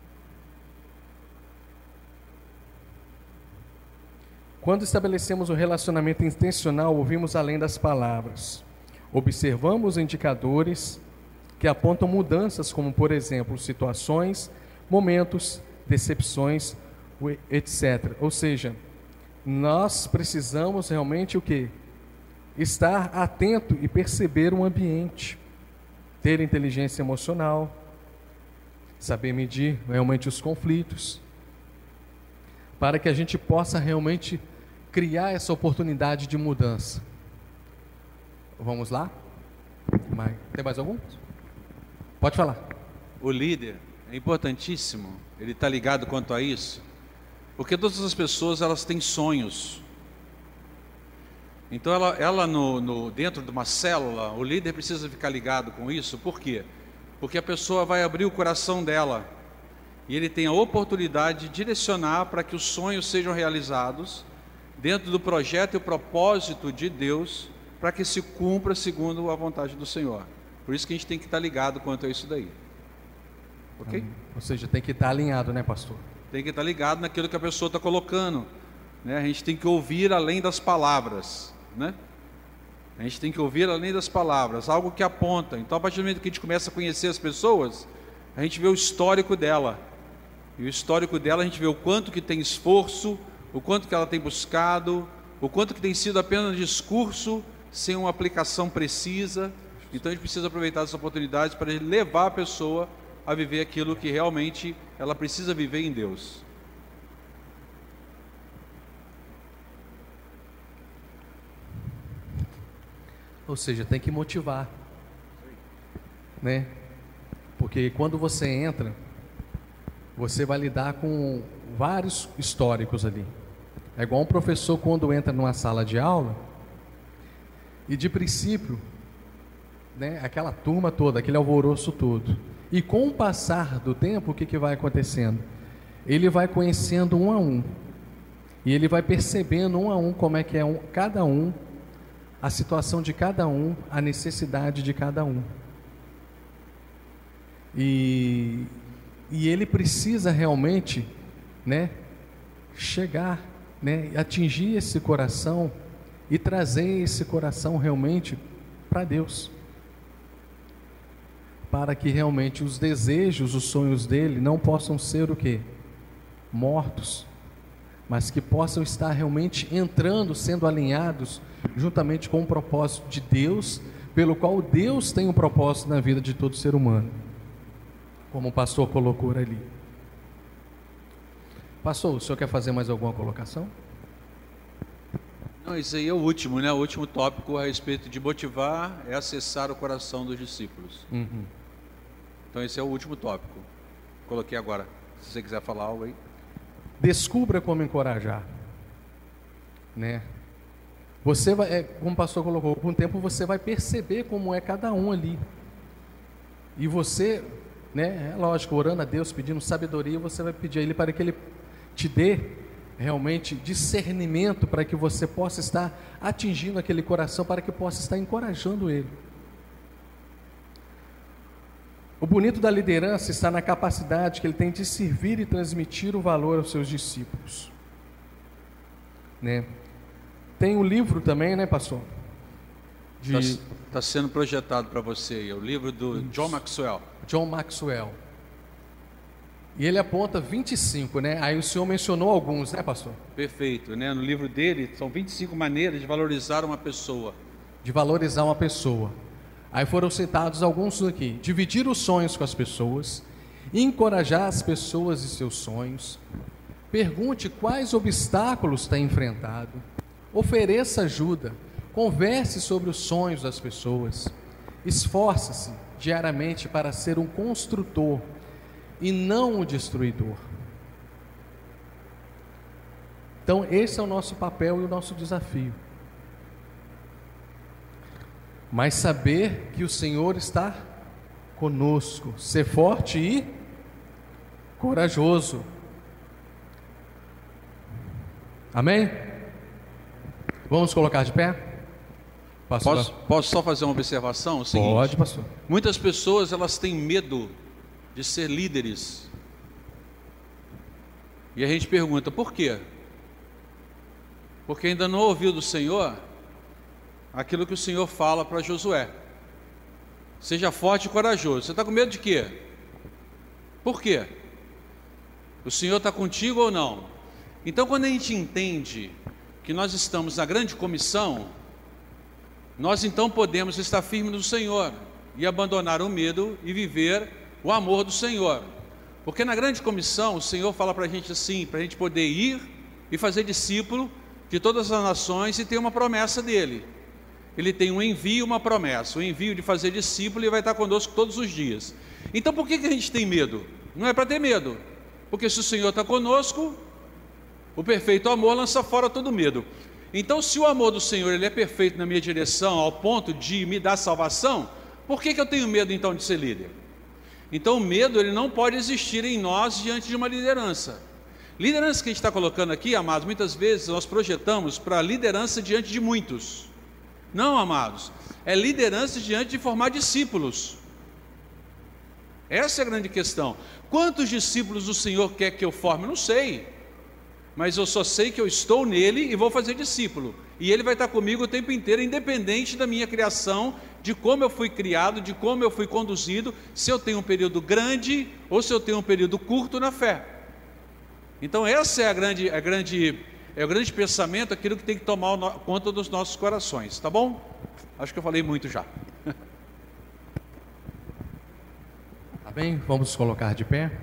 Quando estabelecemos um relacionamento intencional, ouvimos além das palavras. Observamos indicadores que apontam mudanças, como, por exemplo, situações, momentos, decepções, etcétera. Ou seja, nós precisamos realmente o quê? Estar atento e perceber o ambiente, ter inteligência emocional, saber medir realmente os conflitos, para que a gente possa realmente criar essa oportunidade de mudança. Vamos lá? Tem mais algum? Pode falar. O líder é importantíssimo, ele está ligado quanto a isso, porque todas as pessoas elas têm sonhos. Então ela, ela no, no, dentro de uma célula, o líder precisa ficar ligado com isso. Por quê? Porque a pessoa vai abrir o coração dela e ele tem a oportunidade de direcionar para que os sonhos sejam realizados dentro do projeto e o propósito de Deus, para que se cumpra segundo a vontade do Senhor. Por isso que a gente tem que estar ligado quanto a isso daí. Ok? Ou seja, tem que estar alinhado, né, pastor? Tem que estar ligado naquilo que a pessoa está colocando, né? A gente tem que ouvir além das palavras, né? A gente tem que ouvir além das palavras, algo que aponta. Então, a partir do momento que a gente começa a conhecer as pessoas, a gente vê o histórico dela. E o histórico dela, a gente vê o quanto que tem esforço, o quanto que ela tem buscado, o quanto que tem sido apenas discurso, sem uma aplicação precisa. Então a gente precisa aproveitar essa oportunidade para levar a pessoa a viver aquilo que realmente ela precisa viver em Deus. Ou seja, tem que motivar, né? Porque quando você entra, você vai lidar com vários históricos ali. É igual um professor quando entra numa sala de aula e de princípio, né, aquela turma toda, aquele alvoroço todo. E com o passar do tempo, o que, que vai acontecendo? Ele vai conhecendo um a um. E ele vai percebendo um a um como é que é um, cada um, a situação de cada um, a necessidade de cada um. E, e ele precisa realmente, né, chegar, né, atingir esse coração e trazer esse coração realmente para Deus. Para que realmente os desejos, os sonhos dele não possam ser o quê? Mortos, mas que possam estar realmente entrando, sendo alinhados juntamente com o propósito de Deus, pelo qual Deus tem um propósito na vida de todo ser humano, como o pastor colocou ali. Pastor, o senhor quer fazer mais alguma colocação? Não, isso aí é o último, né? O último tópico a respeito de motivar é acessar o coração dos discípulos. Uhum. Então esse é o último tópico. Coloquei agora, se você quiser falar algo aí. Descubra como encorajar, né? Você vai, é, como o pastor colocou, com o tempo você vai perceber como é cada um ali. E você, né, é lógico, orando a Deus, pedindo sabedoria, você vai pedir a Ele para que Ele te dê realmente discernimento para que você possa estar atingindo aquele coração, para que possa estar encorajando ele. O bonito da liderança está na capacidade que ele tem de servir e transmitir o valor aos seus discípulos, né? Tem um livro também, né, pastor? Está de... tá sendo projetado para você, é o livro do John Maxwell. John Maxwell. E ele aponta vinte e cinco, né? Aí o senhor mencionou alguns, né, pastor? Perfeito, né? No livro dele são vinte e cinco maneiras de valorizar uma pessoa. De valorizar uma pessoa. Aí foram citados alguns aqui: dividir os sonhos com as pessoas, encorajar as pessoas e seus sonhos, pergunte quais obstáculos tem enfrentado, ofereça ajuda, converse sobre os sonhos das pessoas, esforce-se diariamente para ser um construtor e não um destruidor. Então esse é o nosso papel e o nosso desafio. Mas saber que o Senhor está conosco, ser forte e corajoso. Amém? Vamos colocar de pé? Pastor? Posso, posso só fazer uma observação? O seguinte, pode, pastor. Muitas pessoas elas têm medo de ser líderes. E a gente pergunta, por quê? Porque ainda não ouviu do Senhor aquilo que o Senhor fala para Josué: seja forte e corajoso. Você está com medo de quê? Por quê? O Senhor está contigo ou não? Então, quando a gente entende que nós estamos na grande comissão, nós então podemos estar firmes no Senhor e abandonar o medo e viver o amor do Senhor. Porque na grande comissão o Senhor fala para a gente assim, para a gente poder ir e fazer discípulo de todas as nações, e ter uma promessa dele. Ele tem um envio e uma promessa, o envio de fazer discípulo, e vai estar conosco todos os dias. Então por que que a gente tem medo? Não é para ter medo, porque se o Senhor está conosco, o perfeito amor lança fora todo medo. Então, se o amor do Senhor ele é perfeito na minha direção, ao ponto de me dar salvação, por que que eu tenho medo então de ser líder? Então o medo ele não pode existir em nós diante de uma liderança. Liderança que a gente está colocando aqui, amados, muitas vezes nós projetamos para liderança diante de muitos. Não, amados, é liderança diante de formar discípulos. Essa é a grande questão. Quantos discípulos o Senhor quer que eu forme? Não sei, mas eu só sei que eu estou nele e vou fazer discípulo, e ele vai estar comigo o tempo inteiro, independente da minha criação, de como eu fui criado, de como eu fui conduzido, se eu tenho um período grande ou se eu tenho um período curto na fé. Então essa é a grande, a grande é o grande pensamento, aquilo que tem que tomar conta dos nossos corações, tá bom? Acho que eu falei muito já. Tá bem? Vamos nos colocar de pé.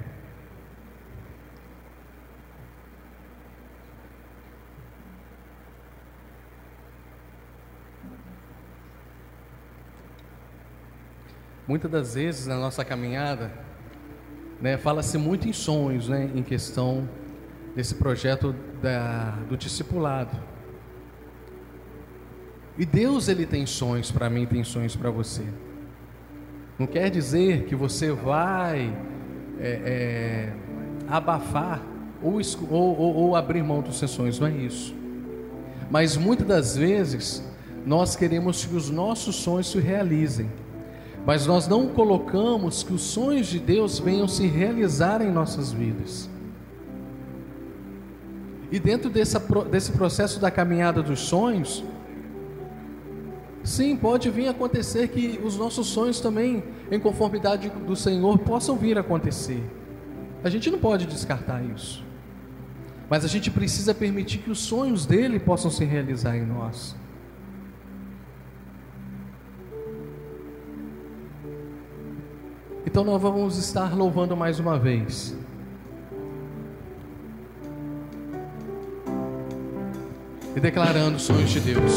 Muitas das vezes na nossa caminhada, né, fala-se muito em sonhos, né, em questão desse projeto da, do discipulado. E Deus, Ele tem sonhos para mim, tem sonhos para você. Não quer dizer que você vai é, é, abafar ou, ou, ou, ou abrir mão dos seus sonhos, não é isso. Mas muitas das vezes nós queremos que os nossos sonhos se realizem, mas nós não colocamos que os sonhos de Deus venham se realizar em nossas vidas. E dentro dessa, desse processo da caminhada dos sonhos, sim, pode vir a acontecer que os nossos sonhos também, em conformidade do Senhor, possam vir a acontecer. A gente não pode descartar isso, mas a gente precisa permitir que os sonhos dele possam se realizar em nós. Então nós vamos estar louvando mais uma vez. E declarando os sonhos de Deus.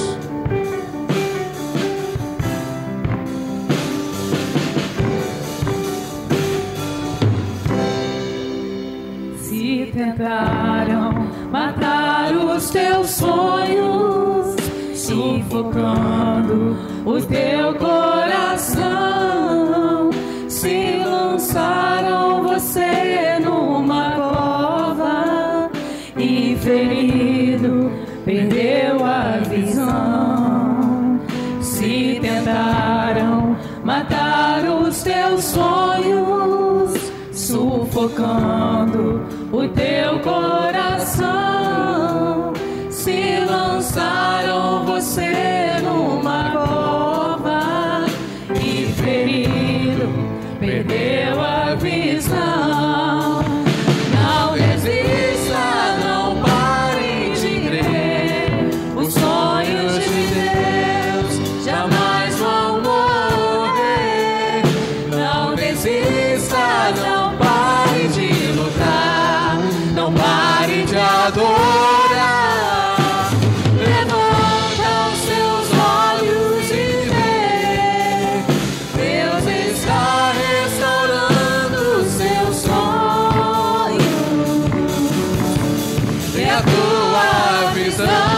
Se tentaram matar os teus sonhos, sufocando o teu coração, se lançaram você numa cova e ferido perdeu a visão. Se tentaram matar os teus sonhos, sufocando o teu coração, se lançaram você numa cova e ferido perdeu a visão. Não desista, não pare de crer. Os sonhos de Deus jamais vão morrer. Não desista, não pare de lutar. Não pare de adorar. Levanta os seus olhos e vê. Deus está restaurando os seus sonhos e a tua visão.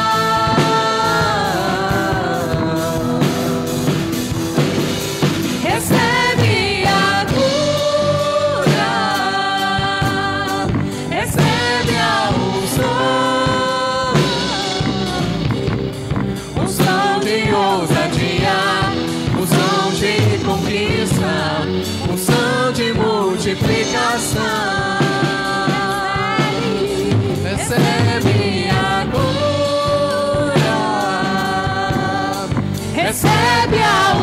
Recebe a cura, recebe a unção, unção de ousadia, unção de conquista, unção de multiplicação. Recebe a cura, recebe a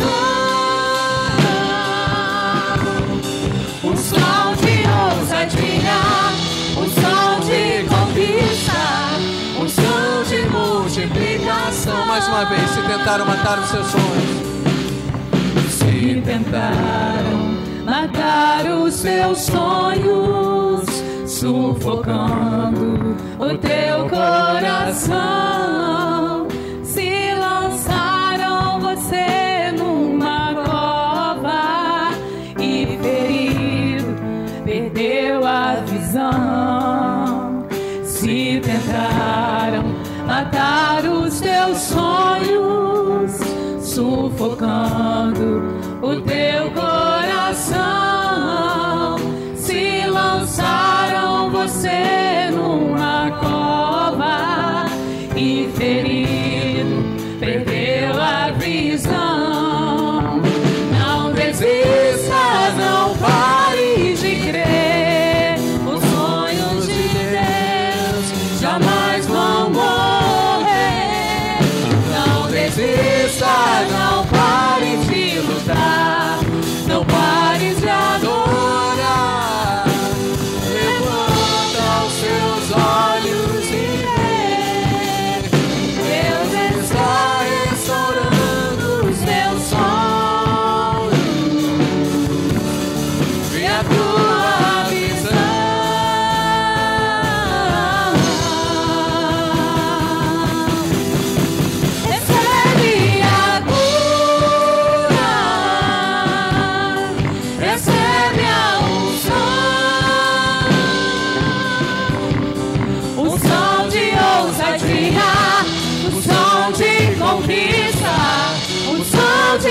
unção, unção de ousadia, unção de conquista, unção de multiplicação. Mais uma vez, se tentaram matar os seus sonhos, Se tentaram matar os seus sonhos, sufocando o teu coração, se lançaram você numa cova e ferido perdeu a visão. Se tentaram matar os teus sonhos, sufocando o teu coração, se lançaram você numa cova e ferido perdeu a visão. Não desista, não pare de crer. Os sonhos de Deus jamais vão morrer. Não desista, não pare de lutar, não pare de adorar. Levanta os seus olhos e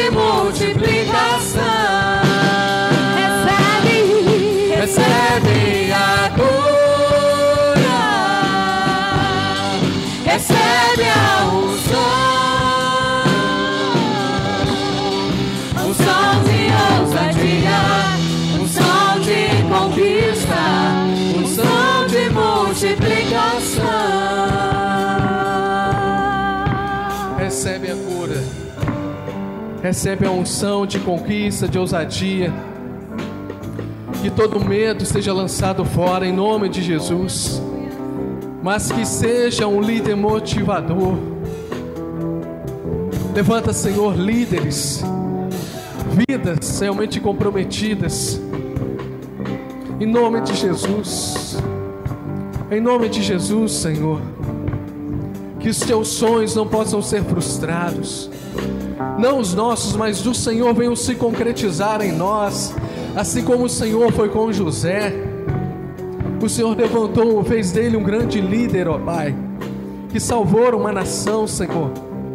de multiplicação. Recebe, recebe a cura, recebe a unção, unção de ousadia, unção de conquista, unção de multiplicação. Recebe a cura, recebe a unção de conquista, de ousadia. Que todo medo seja lançado fora em nome de Jesus, mas que seja um líder motivador. Levanta, Senhor, líderes, vidas realmente comprometidas, em nome de Jesus, em nome de Jesus, Senhor. Que os teus sonhos não possam ser frustrados, não os nossos, mas do Senhor venham se concretizar em nós, assim como o Senhor foi com José. O Senhor levantou, fez dele um grande líder, ó Pai, que salvou uma nação, Senhor,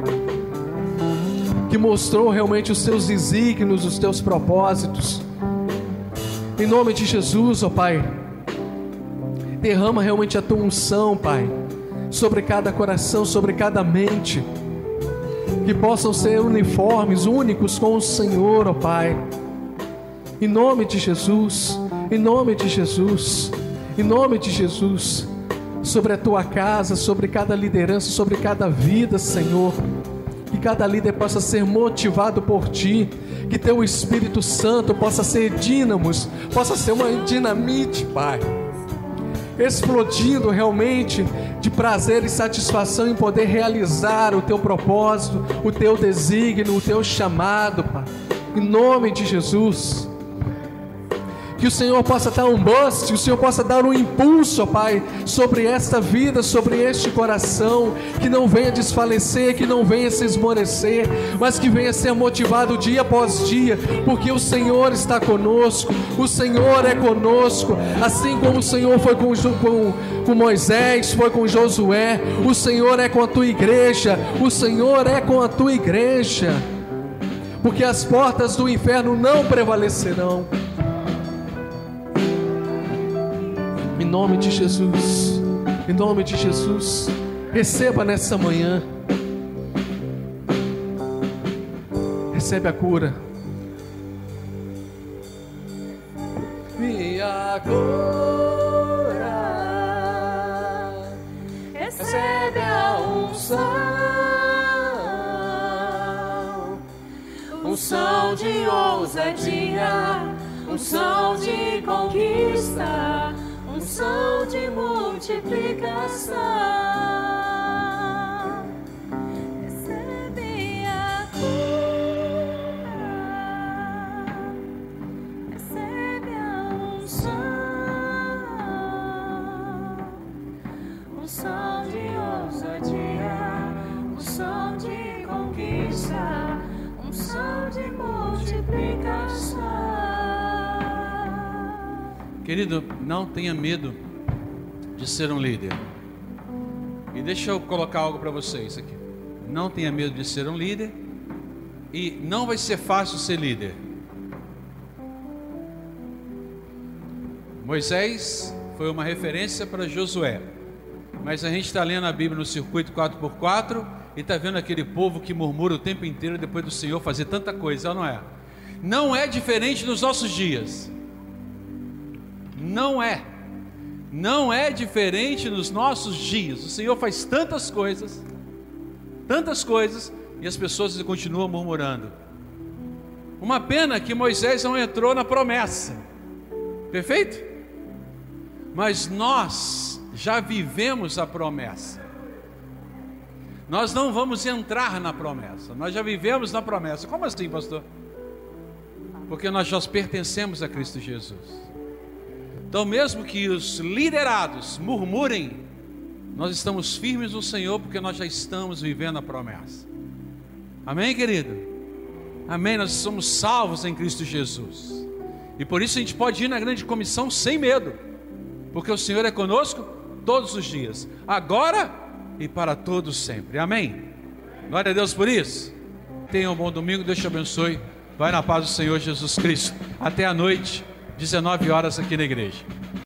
que mostrou realmente os teus desígnios, os teus propósitos. Em nome de Jesus, ó Pai, derrama realmente a tua unção, Pai, sobre cada coração, sobre cada mente, que possam ser uniformes, únicos com o Senhor, ó Pai. Em nome de Jesus, em nome de Jesus, em nome de Jesus, sobre a tua casa, sobre cada liderança, sobre cada vida, Senhor, que cada líder possa ser motivado por Ti, que Teu Espírito Santo possa ser dínamos, possa ser uma dinamite, Pai, explodindo realmente de prazer e satisfação em poder realizar o Teu propósito, o Teu desígnio, o Teu chamado, Pai, em nome de Jesus. Que o Senhor possa dar um boost, que o Senhor possa dar um impulso, ó Pai, sobre esta vida, sobre este coração, que não venha desfalecer, que não venha se esmorecer, mas que venha ser motivado dia após dia, porque o Senhor está conosco, o Senhor é conosco, assim como o Senhor foi com, com, com Moisés, foi com Josué, o Senhor é com a tua igreja, o Senhor é com a tua igreja, porque as portas do inferno não prevalecerão. Em nome de Jesus, em nome de Jesus, receba nessa manhã, recebe a cura. E a cura, recebe a unção, Unção de ousadia, unção de conquista, unção de multiplicação. Recebe a cura, recebe a unção, unção de ousadia, unção de conquista, unção de multiplicação. Querido, não tenha medo de ser um líder. E deixa eu colocar algo para vocês aqui. Não tenha medo de ser um líder. E não vai ser fácil ser líder. Moisés foi uma referência para Josué. Mas a gente está lendo a Bíblia no circuito quatro por quatro e está vendo aquele povo que murmura o tempo inteiro depois do Senhor fazer tanta coisa, não é? Não é diferente nos nossos dias. Não é, não é diferente nos nossos dias. O Senhor faz tantas coisas, tantas coisas, e as pessoas continuam murmurando. Uma pena que Moisés não entrou na promessa, perfeito? Mas nós já vivemos a promessa. Nós não vamos entrar na promessa, nós já vivemos na promessa. Como assim, pastor? Porque nós já pertencemos a Cristo Jesus. Então, mesmo que os liderados murmurem, nós estamos firmes no Senhor, porque nós já estamos vivendo a promessa. Amém, querido? Amém, nós somos salvos em Cristo Jesus. E por isso a gente pode ir na grande comissão sem medo, porque o Senhor é conosco todos os dias, agora e para todos sempre. Amém? Glória a Deus por isso. tenha um bom domingo, Deus te abençoe. Vai na paz do Senhor Jesus Cristo. Até a noite, dezenove horas aqui na igreja.